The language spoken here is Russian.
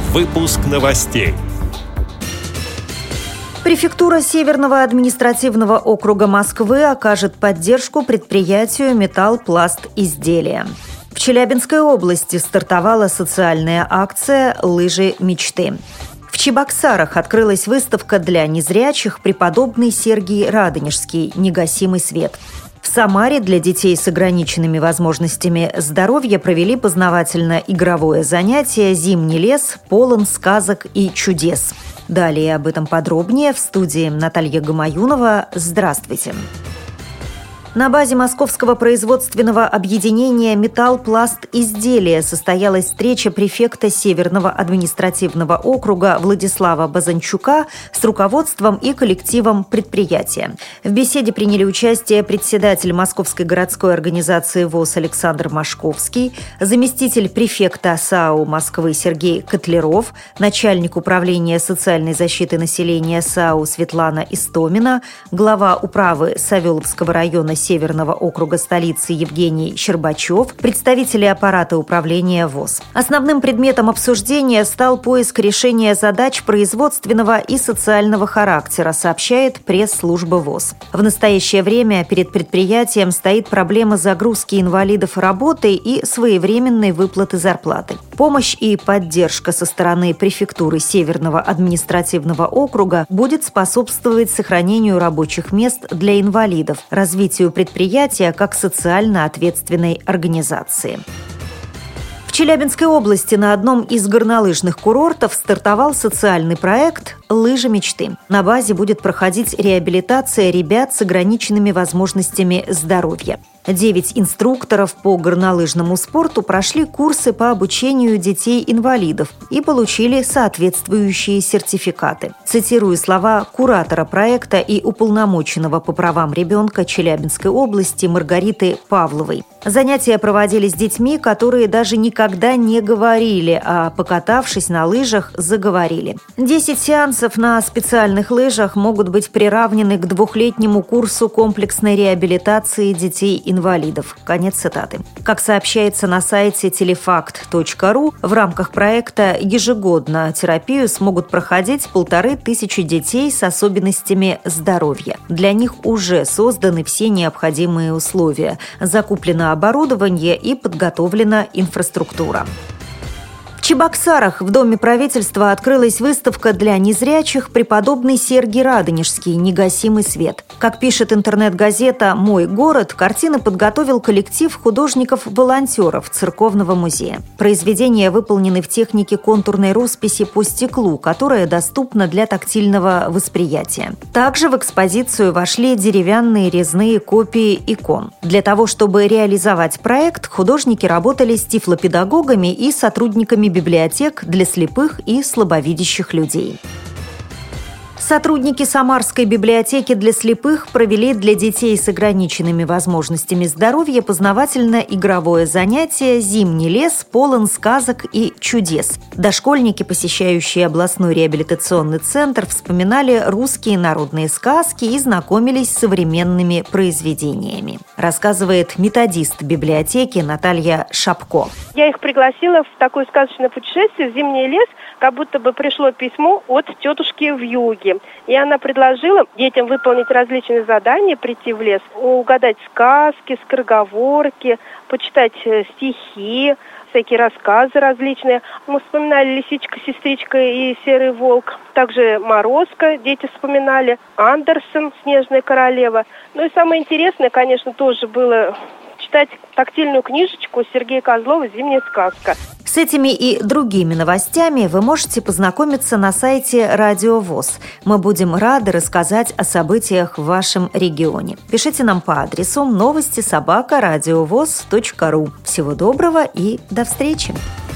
Выпуск новостей. Префектура Северного административного округа Москвы окажет поддержку предприятию «Металлпласт-изделия». В Челябинской области стартовала социальная акция «Лыжи мечты». В Чебоксарах открылась выставка для незрячих «Преподобный Сергий Радонежский. Негасимый свет». В Самаре для детей с ограниченными возможностями здоровья провели познавательно-игровое занятие «Зимний лес. Полон сказок и чудес». Далее об этом подробнее в студии Наталья Гамаюнова. Здравствуйте! На базе Московского производственного объединения «Металлпласт-изделия» состоялась встреча префекта Северного административного округа Владислава Базанчука с руководством и коллективом предприятия. В беседе приняли участие председатель Московской городской организации ВОС Александр Машковский, заместитель префекта САУ Москвы Сергей Котляров, начальник управления социальной защиты населения САУ Светлана Истомина, глава управы Савеловского района Северного округа столицы Евгений Щербачев, представители аппарата управления ВОС. Основным предметом обсуждения стал поиск решения задач производственного и социального характера, сообщает пресс-служба ВОС. В настоящее время перед предприятием стоит проблема загрузки инвалидов работой и своевременной выплаты зарплаты. Помощь и поддержка со стороны префектуры Северного административного округа будет способствовать сохранению рабочих мест для инвалидов, развитию предприятия как социально ответственной организации. В Челябинской области на одном из горнолыжных курортов стартовал социальный проект «Лыжи мечты». На базе будет проходить реабилитация ребят с ограниченными возможностями здоровья. 9 инструкторов по горнолыжному спорту прошли курсы по обучению детей-инвалидов и получили соответствующие сертификаты. Цитирую слова куратора проекта и уполномоченного по правам ребенка Челябинской области Маргариты Павловой. Занятия проводились с детьми, которые даже никогда не говорили, а покатавшись на лыжах, заговорили. 10 сеансов на специальных лыжах могут быть приравнены к 2-летнему курсу комплексной реабилитации детей-инвалидов. Конец цитаты. Как сообщается на сайте телефакт.ру, в рамках проекта ежегодно терапию смогут проходить 1500 детей с особенностями здоровья. Для них уже созданы все необходимые условия. Закуплено оборудование и подготовлена инфраструктура. В Чебоксарах в Доме правительства открылась выставка для незрячих «Преподобный Сергий Радонежский. Негасимый свет». Как пишет интернет-газета «Мой город», картины подготовил коллектив художников-волонтеров Церковного музея. Произведения выполнены в технике контурной росписи по стеклу, которая доступна для тактильного восприятия. Также в экспозицию вошли деревянные резные копии икон. Для того, чтобы реализовать проект, художники работали с тифлопедагогами и сотрудниками библиотек для слепых и слабовидящих людей. Сотрудники Самарской библиотеки для слепых провели для детей с ограниченными возможностями здоровья познавательно-игровое занятие «Зимний лес. Полон сказок и чудес». Дошкольники, посещающие областной реабилитационный центр, вспоминали русские народные сказки и знакомились с современными произведениями, рассказывает методист библиотеки Наталья Шапко. Я их пригласила в такое сказочное путешествие в «Зимний лес», как будто бы пришло письмо от тетушки в юге. И она предложила детям выполнить различные задания, прийти в лес, угадать сказки, скороговорки, почитать стихи, всякие рассказы различные. Мы вспоминали «Лисичка, сестричка» и «Серый волк». Также «Морозко» дети вспоминали, «Андерсен, Снежная королева». Ну и самое интересное, конечно, тоже было читать тактильную книжечку Сергея Козлова «Зимняя сказка». С этими и другими новостями вы можете познакомиться на сайте Радио ВОС. Мы будем рады рассказать о событиях в вашем регионе. Пишите нам по адресу новости@радиовос.ру. Всего доброго и до встречи!